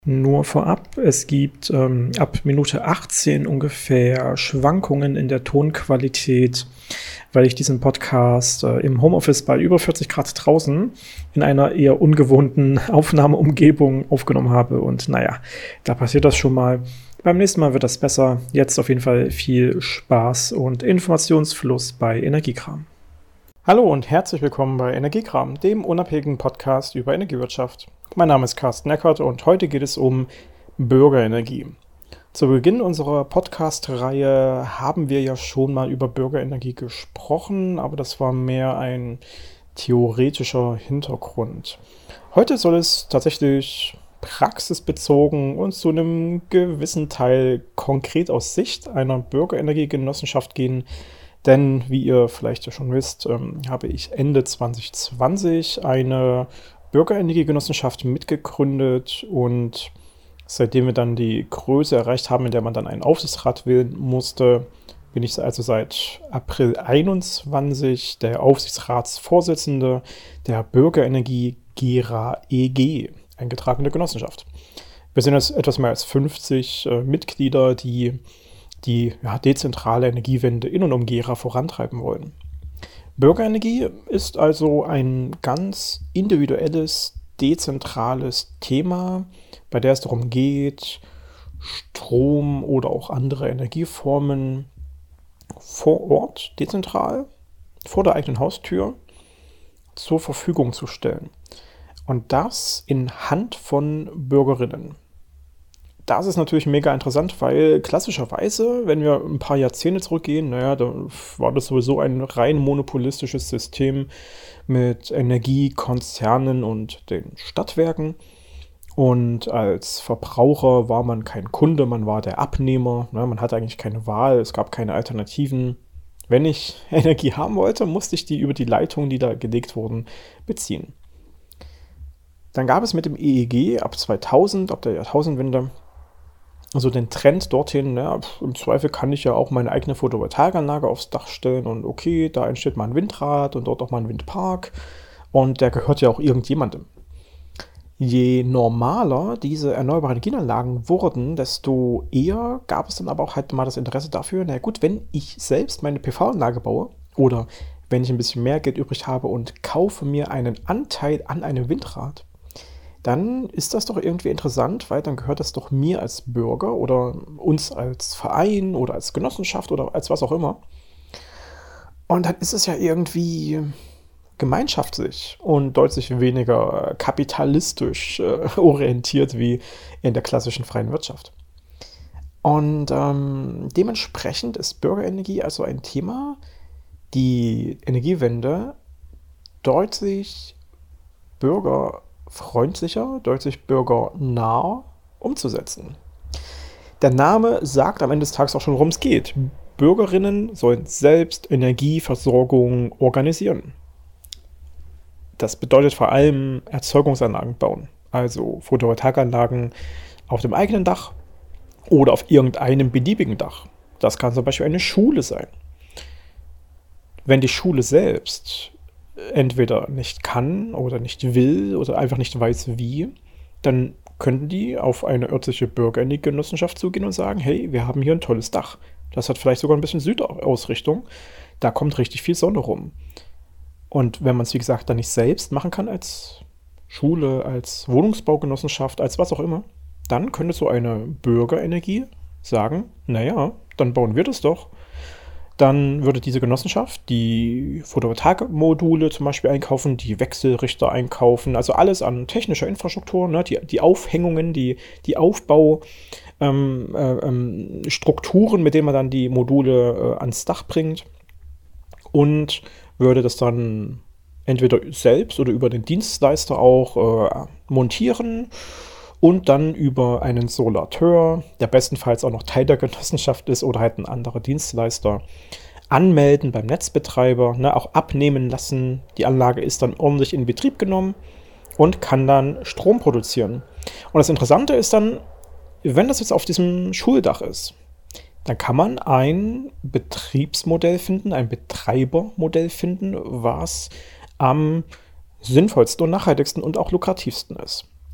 Nur vorab, es gibt ab Minute 18 ungefähr Schwankungen in der Tonqualität, weil ich diesen Podcast im Homeoffice bei über 40 Grad draußen in einer eher ungewohnten Aufnahmeumgebung aufgenommen habe. Und naja, da passiert das schon mal. Beim nächsten Mal wird das besser. Jetzt auf jeden Fall viel Spaß und Informationsfluss bei Energiekram. Hallo und herzlich willkommen bei Energiekram, dem unabhängigen Podcast über Energiewirtschaft. Mein Name ist Carsten Eckert und heute geht es um Bürgerenergie. Zu Beginn unserer Podcast-Reihe haben wir ja schon mal über Bürgerenergie gesprochen, aber das war mehr ein theoretischer Hintergrund. Heute soll es tatsächlich praxisbezogen und zu einem gewissen Teil konkret aus Sicht einer Bürgerenergiegenossenschaft gehen. Denn, wie ihr vielleicht ja schon wisst, habe ich Ende 2020 eine Bürgerenergiegenossenschaft mitgegründet und seitdem wir dann die Größe erreicht haben, in der man dann einen Aufsichtsrat wählen musste, bin ich also seit April 21 der Aufsichtsratsvorsitzende der Bürgerenergie Gera EG, eingetragene Genossenschaft. Wir sind jetzt etwas mehr als 50 Mitglieder, die dezentrale Energiewende in und um Gera vorantreiben wollen. Bürgerenergie ist also ein ganz individuelles, dezentrales Thema, bei der es darum geht, Strom oder auch andere Energieformen vor Ort, dezentral, vor der eigenen Haustür zur Verfügung zu stellen. Und das in Hand von Bürgerinnen. Das ist natürlich mega interessant, weil klassischerweise, wenn wir ein paar Jahrzehnte zurückgehen, da war das sowieso ein rein monopolistisches System mit Energiekonzernen und den Stadtwerken. Und als Verbraucher war man kein Kunde, man war der Abnehmer. Man hatte eigentlich keine Wahl, es gab keine Alternativen. Wenn ich Energie haben wollte, musste ich die über die Leitungen, die da gelegt wurden, beziehen. Dann gab es mit dem EEG ab 2000, ab der Jahrtausendwende, also den Trend dorthin, im Zweifel kann ich ja auch meine eigene Photovoltaikanlage aufs Dach stellen und okay, da entsteht mal ein Windrad und dort auch mal ein Windpark und der gehört ja auch irgendjemandem. Je normaler diese erneuerbaren Energieanlagen wurden, desto eher gab es dann aber auch halt mal das Interesse dafür, wenn ich selbst meine PV-Anlage baue oder wenn ich ein bisschen mehr Geld übrig habe und kaufe mir einen Anteil an einem Windrad, dann ist das doch irgendwie interessant, weil dann gehört das doch mir als Bürger oder uns als Verein oder als Genossenschaft oder als was auch immer. Und dann ist es ja irgendwie gemeinschaftlich und deutlich weniger kapitalistisch orientiert wie in der klassischen freien Wirtschaft. Und dementsprechend ist Bürgerenergie also ein Thema, die Energiewende deutlich bürgerfreundlicher, deutlich bürgernah umzusetzen. Der Name sagt am Ende des Tages auch schon, worum es geht. Bürgerinnen sollen selbst Energieversorgung organisieren. Das bedeutet vor allem Erzeugungsanlagen bauen, also Photovoltaikanlagen auf dem eigenen Dach oder auf irgendeinem beliebigen Dach. Das kann zum Beispiel eine Schule sein. Wenn die Schule selbst entweder nicht kann oder nicht will oder einfach nicht weiß wie, dann könnten die auf eine örtliche Bürgerenergiegenossenschaft zugehen und sagen, hey, wir haben hier ein tolles Dach. Das hat vielleicht sogar ein bisschen Südausrichtung. Da kommt richtig viel Sonne rum. Und wenn man es, wie gesagt, dann nicht selbst machen kann als Schule, als Wohnungsbaugenossenschaft, als was auch immer, dann könnte so eine Bürgerenergie sagen, dann bauen wir das doch. Dann würde diese Genossenschaft die Photovoltaikmodule zum Beispiel einkaufen, die Wechselrichter einkaufen, also alles an technischer Infrastruktur, die Aufhängungen, die Aufbaustrukturen, mit denen man dann die Module ans Dach bringt und würde das dann entweder selbst oder über den Dienstleister auch montieren und dann über einen Solateur, der bestenfalls auch noch Teil der Genossenschaft ist oder halt ein anderer Dienstleister, anmelden beim Netzbetreiber, auch abnehmen lassen. Die Anlage ist dann ordentlich in Betrieb genommen und kann dann Strom produzieren. Und das Interessante ist dann, wenn das jetzt auf diesem Schuldach ist, dann kann man ein Betriebsmodell finden, ein Betreibermodell finden, was am sinnvollsten und nachhaltigsten und auch lukrativsten ist.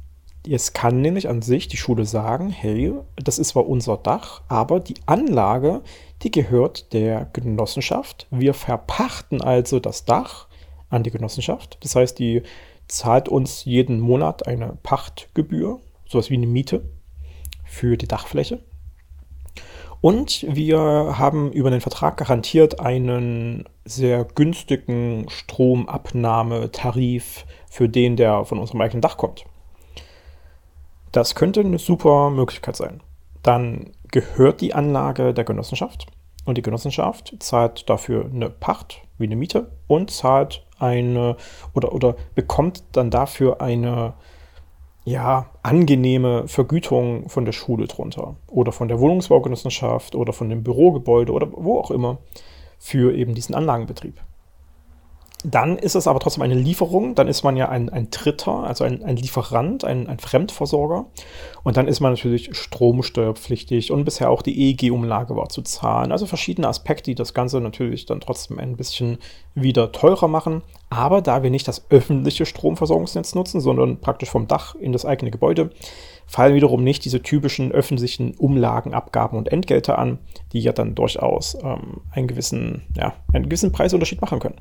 Es kann nämlich an sich die Schule sagen, hey, das ist zwar unser Dach, aber die Anlage, die gehört der Genossenschaft. Wir verpachten also das Dach an die Genossenschaft. Das heißt, die zahlt uns jeden Monat eine Pachtgebühr, sowas wie eine Miete für die Dachfläche. Und wir haben über den Vertrag garantiert einen sehr günstigen Stromabnahmetarif für den, der von unserem eigenen Dach kommt. Das könnte eine super Möglichkeit sein. Dann gehört die Anlage der Genossenschaft und die Genossenschaft zahlt dafür eine Pacht wie eine Miete und zahlt eine oder bekommt dann dafür eine angenehme Vergütung von der Schule drunter oder von der Wohnungsbaugenossenschaft oder von dem Bürogebäude oder wo auch immer für eben diesen Anlagenbetrieb. Dann ist es aber trotzdem eine Lieferung, dann ist man ja ein Dritter, also ein Lieferant, ein Fremdversorger und dann ist man natürlich stromsteuerpflichtig und bisher auch die EEG-Umlage war zu zahlen. Also verschiedene Aspekte, die das Ganze natürlich dann trotzdem ein bisschen wieder teurer machen. Aber da wir nicht das öffentliche Stromversorgungsnetz nutzen, sondern praktisch vom Dach in das eigene Gebäude, fallen wiederum nicht diese typischen öffentlichen Umlagen, Abgaben und Entgelte an, die ja dann durchaus einen gewissen Preisunterschied machen können.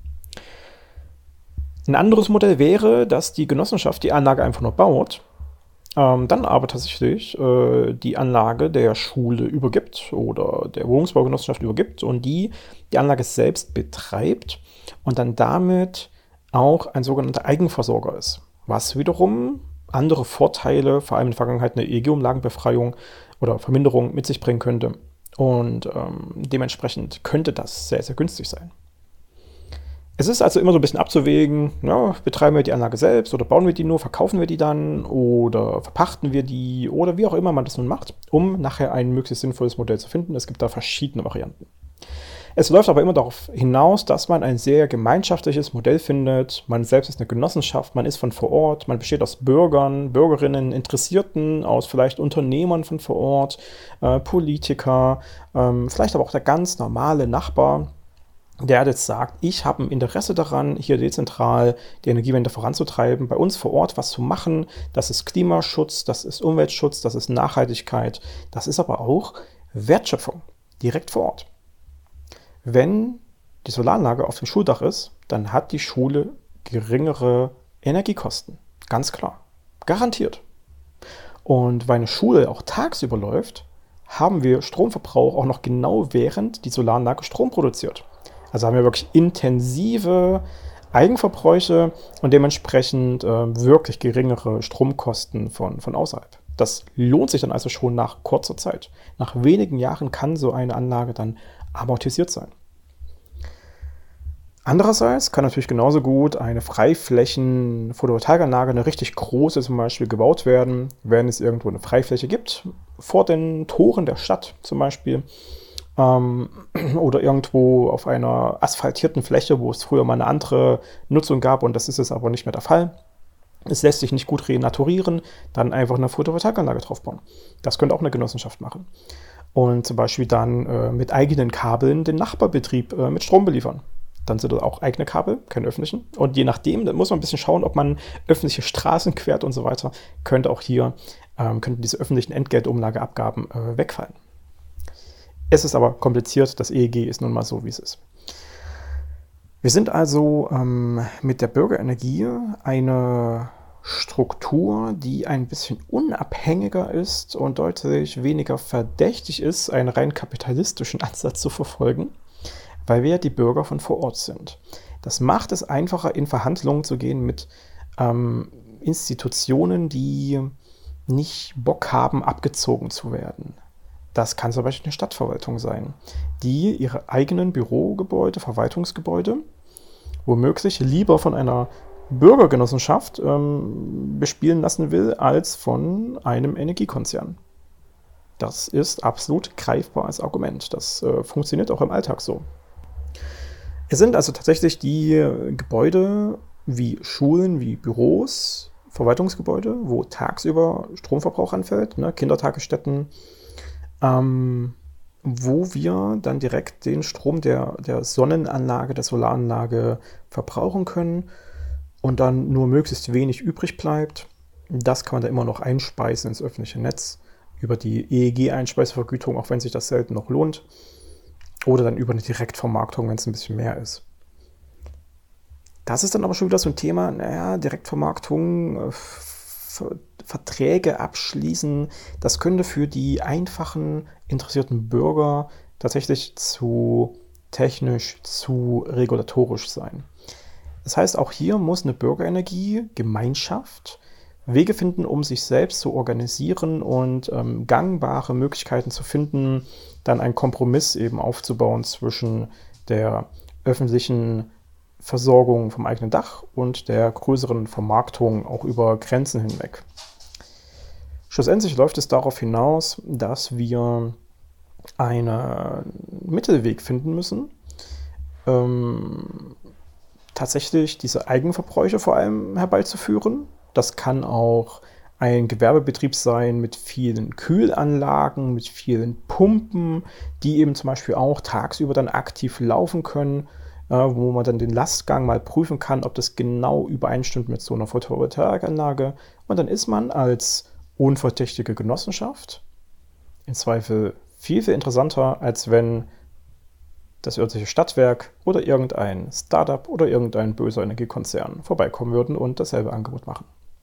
Ein anderes Modell wäre, dass die Genossenschaft die Anlage einfach nur baut, dann aber tatsächlich die Anlage der Schule übergibt oder der Wohnungsbaugenossenschaft übergibt und die Anlage selbst betreibt und dann damit auch ein sogenannter Eigenversorger ist, was wiederum andere Vorteile, vor allem in der Vergangenheit eine EEG-Umlagenbefreiung oder Verminderung mit sich bringen könnte und dementsprechend könnte das sehr, sehr günstig sein. Es ist also immer so ein bisschen abzuwägen, betreiben wir die Anlage selbst oder bauen wir die nur, verkaufen wir die dann oder verpachten wir die oder wie auch immer man das nun macht, um nachher ein möglichst sinnvolles Modell zu finden. Es gibt da verschiedene Varianten. Es läuft aber immer darauf hinaus, dass man ein sehr gemeinschaftliches Modell findet. Man selbst ist eine Genossenschaft, man ist von vor Ort, man besteht aus Bürgern, Bürgerinnen, Interessierten, aus vielleicht Unternehmern von vor Ort, Politiker, vielleicht aber auch der ganz normale Nachbar, der jetzt sagt, ich habe ein Interesse daran, hier dezentral die Energiewende voranzutreiben, bei uns vor Ort was zu machen. Das ist Klimaschutz, das ist Umweltschutz, das ist Nachhaltigkeit, das ist aber auch Wertschöpfung, direkt vor Ort. Wenn die Solaranlage auf dem Schuldach ist, dann hat die Schule geringere Energiekosten, ganz klar, garantiert. Und weil eine Schule auch tagsüber läuft, haben wir Stromverbrauch auch noch genau während die Solaranlage Strom produziert. Also haben wir wirklich intensive Eigenverbräuche und dementsprechend wirklich geringere Stromkosten von außerhalb. Das lohnt sich dann also schon nach kurzer Zeit. Nach wenigen Jahren kann so eine Anlage dann amortisiert sein. Andererseits kann natürlich genauso gut eine Freiflächen-Photovoltaikanlage, eine richtig große zum Beispiel, gebaut werden, wenn es irgendwo eine Freifläche gibt, vor den Toren der Stadt zum Beispiel. Oder irgendwo auf einer asphaltierten Fläche, wo es früher mal eine andere Nutzung gab und das ist es aber nicht mehr der Fall. Es lässt sich nicht gut renaturieren, dann einfach eine Photovoltaikanlage draufbauen. Das könnte auch eine Genossenschaft machen. Und zum Beispiel dann mit eigenen Kabeln den Nachbarbetrieb mit Strom beliefern. Dann sind das auch eigene Kabel, keine öffentlichen. Und je nachdem, dann muss man ein bisschen schauen, ob man öffentliche Straßen quert und so weiter, könnte auch hier könnten diese öffentlichen Entgeltumlageabgaben wegfallen. Es ist aber kompliziert, das EEG ist nun mal so, wie es ist. Wir sind also mit der Bürgerenergie eine Struktur, die ein bisschen unabhängiger ist und deutlich weniger verdächtig ist, einen rein kapitalistischen Ansatz zu verfolgen, weil wir die Bürger von vor Ort sind. Das macht es einfacher, in Verhandlungen zu gehen mit Institutionen, die nicht Bock haben, abgezogen zu werden. Das kann zum Beispiel eine Stadtverwaltung sein, die ihre eigenen Bürogebäude, Verwaltungsgebäude womöglich lieber von einer Bürgergenossenschaft bespielen lassen will, als von einem Energiekonzern. Das ist absolut greifbar als Argument. Das funktioniert auch im Alltag so. Es sind also tatsächlich die Gebäude wie Schulen, wie Büros, Verwaltungsgebäude, wo tagsüber Stromverbrauch anfällt, Kindertagesstätten, wo wir dann direkt den Strom der Sonnenanlage, der Solaranlage verbrauchen können und dann nur möglichst wenig übrig bleibt. Das kann man da immer noch einspeisen ins öffentliche Netz über die EEG-Einspeisevergütung, auch wenn sich das selten noch lohnt. Oder dann über eine Direktvermarktung, wenn es ein bisschen mehr ist. Das ist dann aber schon wieder so ein Thema, Direktvermarktung, Verträge abschließen, das könnte für die einfachen, interessierten Bürger tatsächlich zu technisch, zu regulatorisch sein. Das heißt, auch hier muss eine Bürgerenergie, Gemeinschaft, Wege finden, um sich selbst zu organisieren und gangbare Möglichkeiten zu finden, dann einen Kompromiss eben aufzubauen zwischen der öffentlichen Versorgung vom eigenen Dach und der größeren Vermarktung auch über Grenzen hinweg. Schlussendlich läuft es darauf hinaus, dass wir einen Mittelweg finden müssen, tatsächlich diese Eigenverbräuche vor allem herbeizuführen. Das kann auch ein Gewerbebetrieb sein mit vielen Kühlanlagen, mit vielen Pumpen, die eben zum Beispiel auch tagsüber dann aktiv laufen können, wo man dann den Lastgang mal prüfen kann, ob das genau übereinstimmt mit so einer Photovoltaikanlage. Und dann ist man als unverdächtige Genossenschaft im Zweifel viel, viel interessanter, als wenn das örtliche Stadtwerk oder irgendein Startup oder irgendein böser Energiekonzern vorbeikommen würden und dasselbe Angebot machen.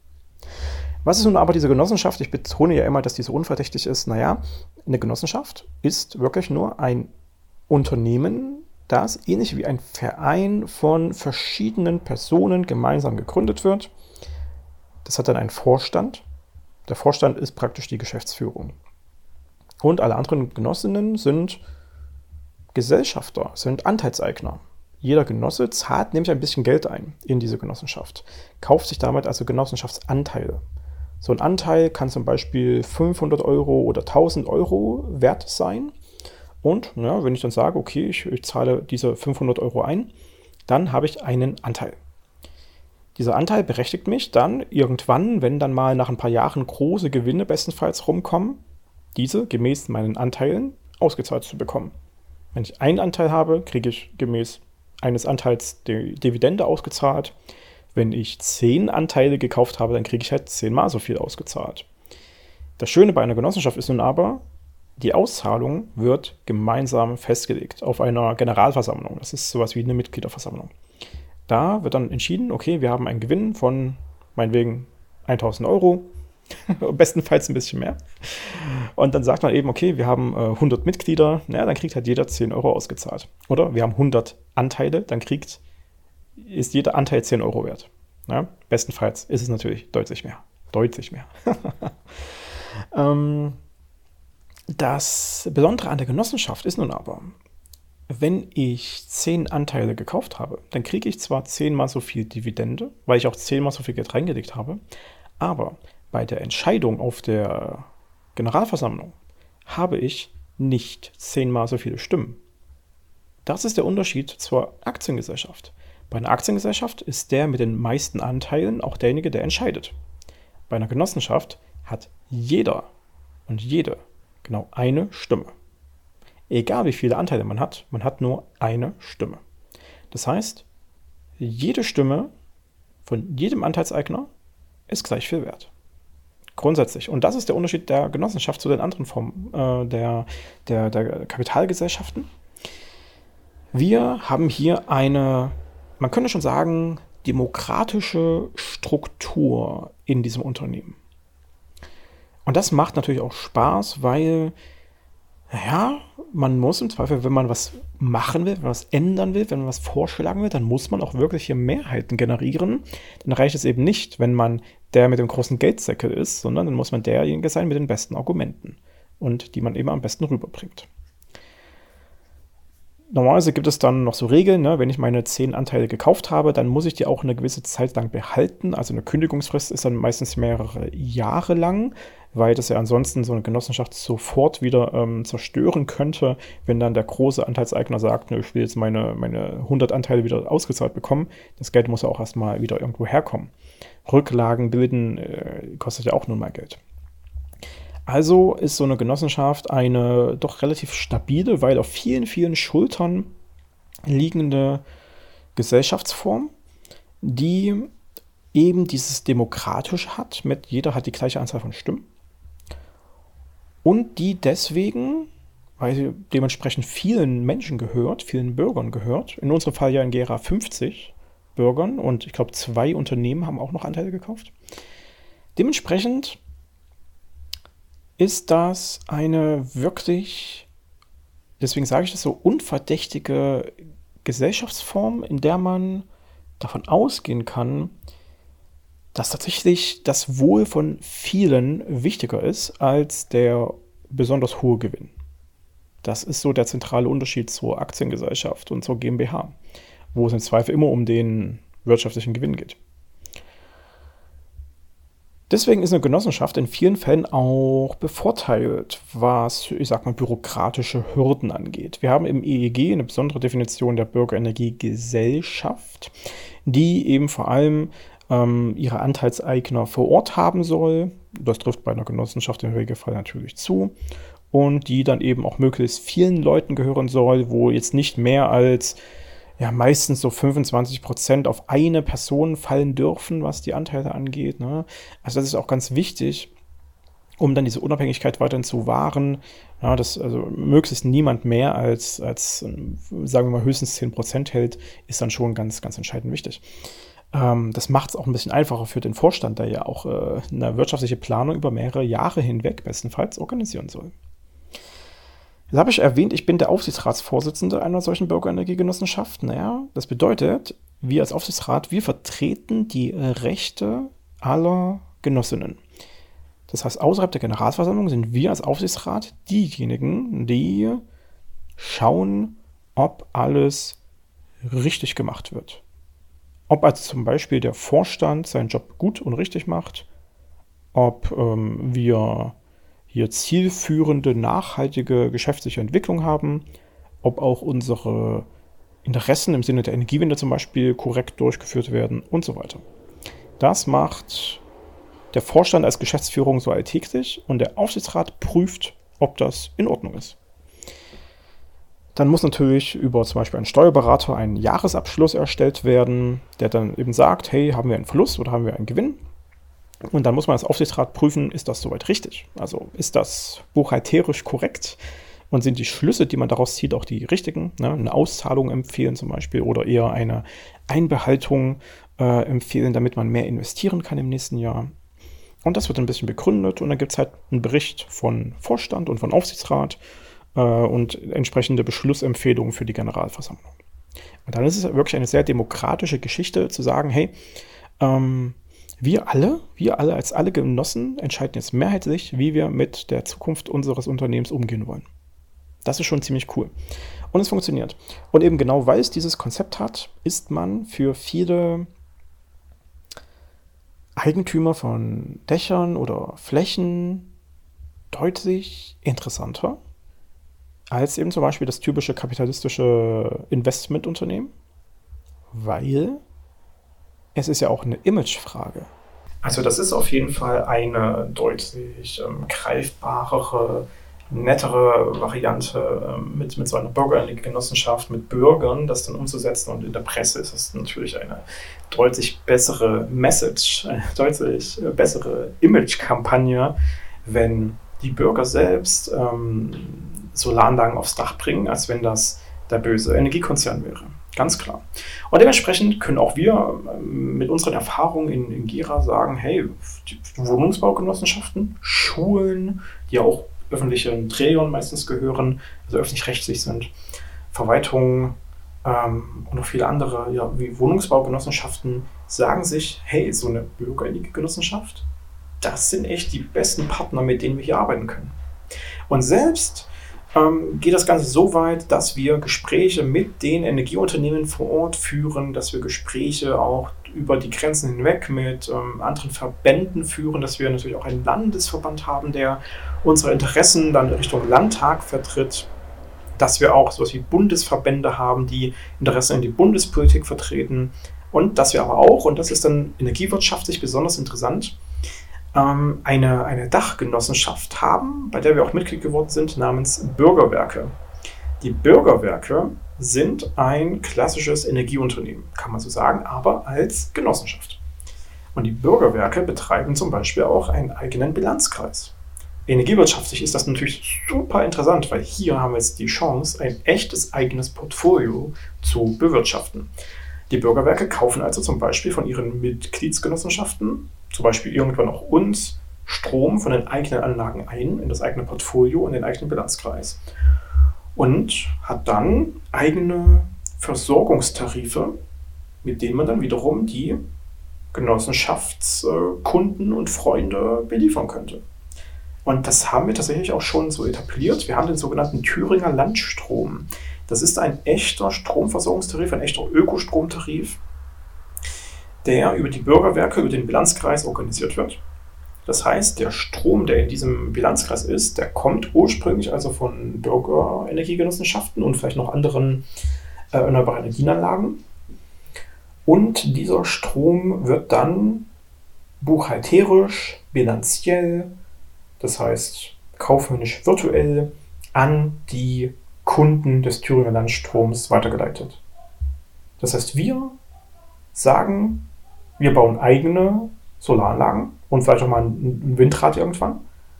Was ist nun aber diese Genossenschaft? Ich betone ja immer, dass diese unverdächtig ist. Naja, eine Genossenschaft ist wirklich nur ein Unternehmen, das ähnlich wie ein Verein von verschiedenen Personen gemeinsam gegründet wird. Das hat dann einen Vorstand. Der Vorstand ist praktisch die Geschäftsführung. Und alle anderen Genossinnen sind Gesellschafter, sind Anteilseigner. Jeder Genosse zahlt nämlich ein bisschen Geld ein in diese Genossenschaft, kauft sich damit also Genossenschaftsanteile. So ein Anteil kann zum Beispiel 500 Euro oder 1000 Euro wert sein. Und wenn ich dann sage, okay, ich zahle diese 500 Euro ein, dann habe ich einen Anteil. Dieser Anteil berechtigt mich dann irgendwann, wenn dann mal nach ein paar Jahren große Gewinne bestenfalls rumkommen, diese gemäß meinen Anteilen ausgezahlt zu bekommen. Wenn ich einen Anteil habe, kriege ich gemäß eines Anteils die Dividende ausgezahlt. Wenn ich 10 Anteile gekauft habe, dann kriege ich halt 10-mal so viel ausgezahlt. Das Schöne bei einer Genossenschaft ist nun aber, die Auszahlung wird gemeinsam festgelegt auf einer Generalversammlung. Das ist sowas wie eine Mitgliederversammlung. Da wird dann entschieden, okay, wir haben einen Gewinn von meinetwegen 1000 Euro, bestenfalls ein bisschen mehr. Und dann sagt man eben, okay, wir haben 100 Mitglieder, dann kriegt halt jeder 10 Euro ausgezahlt. Oder wir haben 100 Anteile, dann ist jeder Anteil 10 Euro wert. Ja, bestenfalls ist es natürlich deutlich mehr. Deutlich mehr. Das Besondere an der Genossenschaft ist nun aber, wenn ich 10 Anteile gekauft habe, dann kriege ich zwar 10-mal so viel Dividende, weil ich auch 10-mal so viel Geld reingelegt habe, aber bei der Entscheidung auf der Generalversammlung habe ich nicht 10-mal so viele Stimmen. Das ist der Unterschied zur Aktiengesellschaft. Bei einer Aktiengesellschaft ist der mit den meisten Anteilen auch derjenige, der entscheidet. Bei einer Genossenschaft hat jeder und jede genau eine Stimme. Egal wie viele Anteile man hat nur eine Stimme. Das heißt, jede Stimme von jedem Anteilseigner ist gleich viel wert. Grundsätzlich. Und das ist der Unterschied der Genossenschaft zu den anderen Formen der Kapitalgesellschaften. Wir haben hier eine, man könnte schon sagen, demokratische Struktur in diesem Unternehmen. Und das macht natürlich auch Spaß, weil, man muss im Zweifel, wenn man was machen will, wenn man was ändern will, wenn man was vorschlagen will, dann muss man auch wirkliche Mehrheiten generieren. Dann reicht es eben nicht, wenn man der mit dem großen Geldsäckel ist, sondern dann muss man derjenige sein mit den besten Argumenten und die man eben am besten rüberbringt. Normalerweise gibt es dann noch so Regeln, wenn ich meine 10 Anteile gekauft habe, dann muss ich die auch eine gewisse Zeit lang behalten. Also eine Kündigungsfrist ist dann meistens mehrere Jahre lang, weil das ja ansonsten so eine Genossenschaft sofort wieder zerstören könnte, wenn dann der große Anteilseigner sagt, ich will jetzt meine 100 Anteile wieder ausgezahlt bekommen. Das Geld muss ja auch erstmal wieder irgendwo herkommen. Rücklagen bilden kostet ja auch nun mal Geld. Also ist so eine Genossenschaft eine doch relativ stabile, weil auf vielen, vielen Schultern liegende Gesellschaftsform, die eben dieses Demokratische hat, mit jeder hat die gleiche Anzahl von Stimmen und die deswegen, weil sie dementsprechend vielen Menschen gehört, vielen Bürgern gehört, in unserem Fall ja in Gera 50 Bürgern und ich glaube 2 Unternehmen haben auch noch Anteile gekauft. Dementsprechend ist das eine wirklich, deswegen sage ich das so, unverdächtige Gesellschaftsform, in der man davon ausgehen kann, dass tatsächlich das Wohl von vielen wichtiger ist als der besonders hohe Gewinn. Das ist so der zentrale Unterschied zur Aktiengesellschaft und zur GmbH, wo es im Zweifel immer um den wirtschaftlichen Gewinn geht. Deswegen ist eine Genossenschaft in vielen Fällen auch bevorteilt, was, ich sag mal, bürokratische Hürden angeht. Wir haben im EEG eine besondere Definition der Bürgerenergiegesellschaft, die eben vor allem ihre Anteilseigner vor Ort haben soll. Das trifft bei einer Genossenschaft im Regelfall natürlich zu. Und die dann eben auch möglichst vielen Leuten gehören soll, wo jetzt nicht mehr als meistens so 25% auf eine Person fallen dürfen, was die Anteile angeht. Ne? Also das ist auch ganz wichtig, um dann diese Unabhängigkeit weiterhin zu wahren. Ja, dass also möglichst niemand mehr als sagen wir mal, höchstens 10% hält, ist dann schon ganz, ganz entscheidend wichtig. Das macht es auch ein bisschen einfacher für den Vorstand, der ja auch eine wirtschaftliche Planung über mehrere Jahre hinweg bestenfalls organisieren soll. Jetzt habe ich erwähnt, ich bin der Aufsichtsratsvorsitzende einer solchen Bürgerenergiegenossenschaft. Naja, das bedeutet, wir als Aufsichtsrat, wir vertreten die Rechte aller Genossinnen. Das heißt, außerhalb der Generalversammlung sind wir als Aufsichtsrat diejenigen, die schauen, ob alles richtig gemacht wird. Ob also zum Beispiel der Vorstand seinen Job gut und richtig macht, ob wir hier zielführende, nachhaltige geschäftliche Entwicklung haben, ob auch unsere Interessen im Sinne der Energiewende zum Beispiel korrekt durchgeführt werden und so weiter. Das macht der Vorstand als Geschäftsführung so alltäglich und der Aufsichtsrat prüft, ob das in Ordnung ist. Dann muss natürlich über zum Beispiel einen Steuerberater ein Jahresabschluss erstellt werden, der dann eben sagt, hey, haben wir einen Verlust oder haben wir einen Gewinn? Und dann muss man als Aufsichtsrat prüfen, ist das soweit richtig? Also ist das buchhalterisch korrekt? Und sind die Schlüsse, die man daraus zieht, auch die richtigen? Ne? Eine Auszahlung empfehlen zum Beispiel oder eher eine Einbehaltung empfehlen, damit man mehr investieren kann im nächsten Jahr. Und das wird ein bisschen begründet und dann gibt es halt einen Bericht von Vorstand und von Aufsichtsrat und entsprechende Beschlussempfehlungen für die Generalversammlung. Und dann ist es wirklich eine sehr demokratische Geschichte zu sagen, hey, wir alle als alle Genossen entscheiden jetzt mehrheitlich, wie wir mit der Zukunft unseres Unternehmens umgehen wollen. Das ist schon ziemlich cool. Und es funktioniert. Und eben genau, weil es dieses Konzept hat, ist man für viele Eigentümer von Dächern oder Flächen deutlich interessanter als eben zum Beispiel das typische kapitalistische Investmentunternehmen, weil es ist ja auch eine Imagefrage. Also das ist auf jeden Fall eine deutlich greifbarere, nettere Variante mit so einer Bürgerenergiegenossenschaft, mit Bürgern, das dann umzusetzen. Und in der Presse ist es natürlich eine deutlich bessere Message, eine deutlich bessere Image-Kampagne, wenn die Bürger selbst Solaranlagen aufs Dach bringen, als wenn das der böse Energiekonzern wäre. Ganz klar. Und dementsprechend können auch wir mit unseren Erfahrungen in Gera sagen, hey, die Wohnungsbaugenossenschaften, Schulen, die ja auch öffentlichen Trägern meistens gehören, also öffentlich-rechtlich sind, Verwaltungen und noch viele andere, wie Wohnungsbaugenossenschaften, sagen sich, hey, so eine Bürgerenergiegenossenschaft, das sind echt die besten Partner, mit denen wir hier arbeiten können. Und selbst geht das Ganze so weit, dass wir Gespräche mit den Energieunternehmen vor Ort führen, dass wir Gespräche auch über die Grenzen hinweg mit anderen Verbänden führen, dass wir natürlich auch einen Landesverband haben, der unsere Interessen dann Richtung Landtag vertritt, dass wir auch sowas wie Bundesverbände haben, die Interessen in die Bundespolitik vertreten und dass wir aber auch, und das ist dann energiewirtschaftlich besonders interessant, eine Dachgenossenschaft haben, bei der wir auch Mitglied geworden sind, namens Bürgerwerke. Die Bürgerwerke sind ein klassisches Energieunternehmen, kann man so sagen, aber als Genossenschaft. Und die Bürgerwerke betreiben zum Beispiel auch einen eigenen Bilanzkreis. Energiewirtschaftlich ist das natürlich super interessant, weil hier haben wir jetzt die Chance, ein echtes eigenes Portfolio zu bewirtschaften. Die Bürgerwerke kaufen also zum Beispiel von ihren Mitgliedsgenossenschaften, zum Beispiel irgendwann auch uns, Strom von den eigenen Anlagen ein, in das eigene Portfolio, in den eigenen Bilanzkreis. Und hat dann eigene Versorgungstarife, mit denen man dann wiederum die Genossenschaftskunden und Freunde beliefern könnte. Und das haben wir tatsächlich auch schon so etabliert. Wir haben den sogenannten Thüringer Landstrom. Das ist ein echter Stromversorgungstarif, ein echter Ökostromtarif, der über die Bürgerwerke, über den Bilanzkreis organisiert wird. Das heißt, der Strom, der in diesem Bilanzkreis ist, der kommt ursprünglich also von Bürgerenergiegenossenschaften und vielleicht noch anderen erneuerbaren Energienanlagen. Und dieser Strom wird dann buchhalterisch, bilanziell, das heißt kaufmännisch virtuell, an die Kunden des Thüringer Landstroms weitergeleitet. Das heißt, wir sagen, wir bauen eigene Solaranlagen und vielleicht auch mal ein Windrad irgendwann.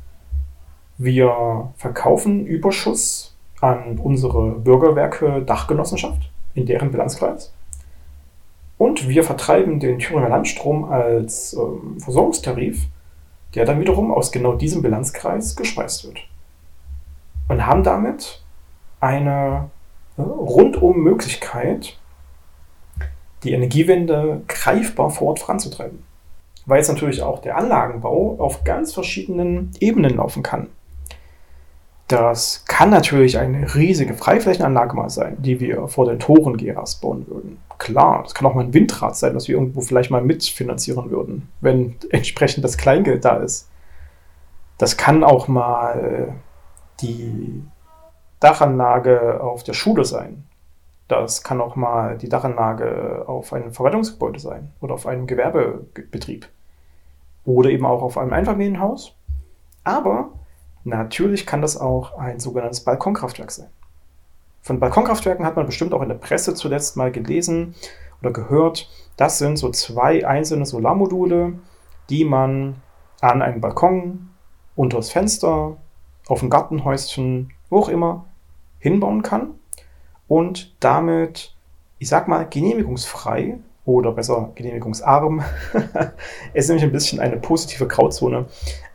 Wir verkaufen Überschuss an unsere Bürgerwerke Dachgenossenschaft in deren Bilanzkreis. Und wir vertreiben den Thüringer Landstrom als Versorgungstarif, der dann wiederum aus genau diesem Bilanzkreis gespeist wird. Und haben damit eine rundum Möglichkeit, die Energiewende greifbar vor Ort voranzutreiben. Weil jetzt natürlich auch der Anlagenbau auf ganz verschiedenen Ebenen laufen kann. Das kann natürlich eine riesige Freiflächenanlage mal sein, die wir vor den Toren Geras bauen würden. Klar, das kann auch mal ein Windrad sein, was wir irgendwo vielleicht mal mitfinanzieren würden, wenn entsprechend das Kleingeld da ist. Das kann auch mal die Dachanlage auf der Schule sein. Das kann auch mal die Dachanlage auf einem Verwaltungsgebäude sein oder auf einem Gewerbebetrieb. Oder eben auch auf einem Einfamilienhaus. Aber natürlich kann das auch ein sogenanntes Balkonkraftwerk sein. Von Balkonkraftwerken hat man bestimmt auch in der Presse zuletzt mal gelesen oder gehört. Das sind so 2 einzelne Solarmodule, die man an einen Balkon, unter das Fenster, auf ein Gartenhäuschen, wo auch immer, hinbauen kann und damit, ich sag mal, genehmigungsfrei oder besser genehmigungsarm, ist nämlich ein bisschen eine positive Grauzone,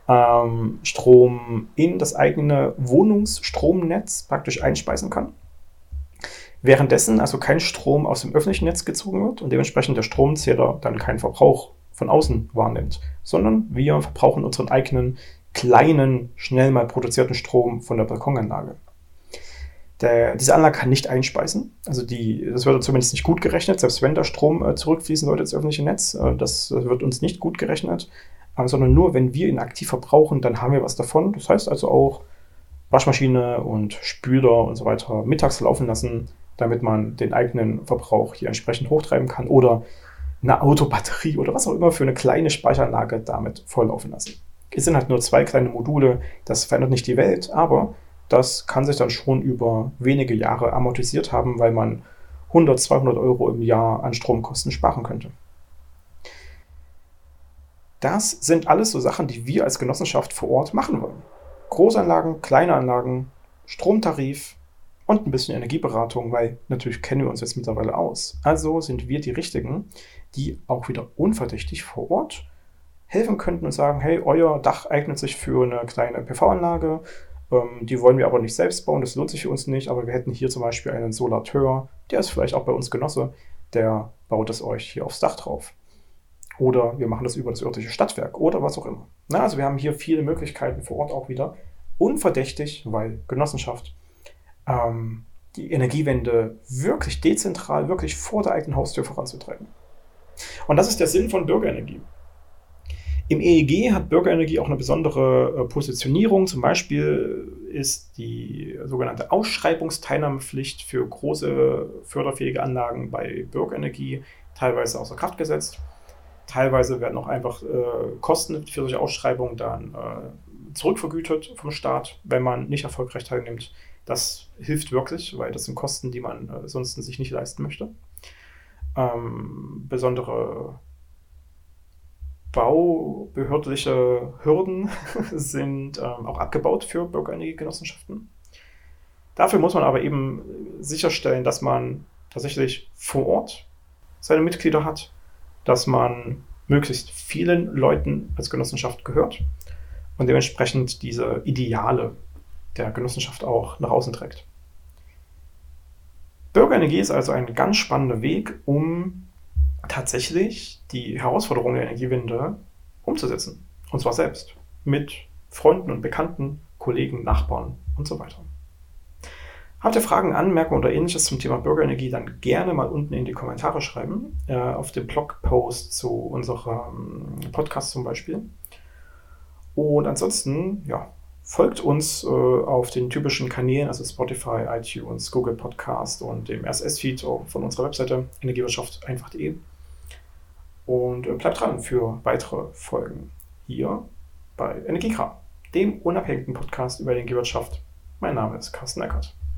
Strom in das eigene Wohnungsstromnetz praktisch einspeisen kann. Währenddessen also kein Strom aus dem öffentlichen Netz gezogen wird und dementsprechend der Stromzähler dann keinen Verbrauch von außen wahrnimmt, sondern wir verbrauchen unseren eigenen kleinen, schnell mal produzierten Strom von der Balkonanlage. Diese Anlage kann nicht einspeisen, also das wird zumindest nicht gut gerechnet, selbst wenn der Strom zurückfließen sollte ins öffentliche Netz, das wird uns nicht gut gerechnet, sondern nur, wenn wir ihn aktiv verbrauchen, dann haben wir was davon. Das heißt also auch Waschmaschine und Spüler und so weiter mittags laufen lassen, damit man den eigenen Verbrauch hier entsprechend hochtreiben kann oder eine Autobatterie oder was auch immer für eine kleine Speicheranlage damit volllaufen lassen. Es sind halt nur 2 kleine Module, das verändert nicht die Welt, aber das kann sich dann schon über wenige Jahre amortisiert haben, weil man 100, 200 Euro im Jahr an Stromkosten sparen könnte. Das sind alles so Sachen, die wir als Genossenschaft vor Ort machen wollen. Großanlagen, kleine Anlagen, Stromtarif und ein bisschen Energieberatung, weil natürlich kennen wir uns jetzt mittlerweile aus. Also sind wir die Richtigen, die auch wieder unverdächtig vor Ort helfen könnten und sagen, hey, euer Dach eignet sich für eine kleine PV-Anlage, die wollen wir aber nicht selbst bauen, das lohnt sich für uns nicht, aber wir hätten hier zum Beispiel einen Solateur, der ist vielleicht auch bei uns Genosse, der baut es euch hier aufs Dach drauf. Oder wir machen das über das örtliche Stadtwerk oder was auch immer. Also wir haben hier viele Möglichkeiten vor Ort auch wieder. Unverdächtig, weil Genossenschaft die Energiewende wirklich dezentral, wirklich vor der eigenen Haustür voranzutreiben. Und das ist der Sinn von Bürgerenergie. Im EEG hat Bürgerenergie auch eine besondere Positionierung. Zum Beispiel ist die sogenannte Ausschreibungsteilnahmepflicht für große förderfähige Anlagen bei Bürgerenergie teilweise außer Kraft gesetzt. Teilweise werden auch einfach Kosten für solche Ausschreibungen dann zurückvergütet vom Staat, wenn man nicht erfolgreich teilnimmt. Das hilft wirklich, weil das sind Kosten, die man sonst sich nicht leisten möchte. Besondere baubehördliche Hürden sind auch abgebaut für Bürgerenergiegenossenschaften. Dafür muss man aber eben sicherstellen, dass man tatsächlich vor Ort seine Mitglieder hat, dass man möglichst vielen Leuten als Genossenschaft gehört und dementsprechend diese Ideale der Genossenschaft auch nach außen trägt. Bürgerenergie ist also ein ganz spannender Weg, um tatsächlich die Herausforderungen der Energiewende umzusetzen. Und zwar selbst. Mit Freunden und Bekannten, Kollegen, Nachbarn und so weiter. Habt ihr Fragen, Anmerkungen oder ähnliches zum Thema Bürgerenergie, dann gerne mal unten in die Kommentare schreiben, auf dem Blogpost zu unserem Podcast zum Beispiel. Und ansonsten, folgt uns auf den typischen Kanälen, also Spotify, iTunes, Google Podcast und dem RSS-Feed von unserer Webseite energiewirtschaft-einfach.de. Und bleibt dran für weitere Folgen hier bei Energiekram, dem unabhängigen Podcast über Energiewirtschaft. Mein Name ist Carsten Eckert.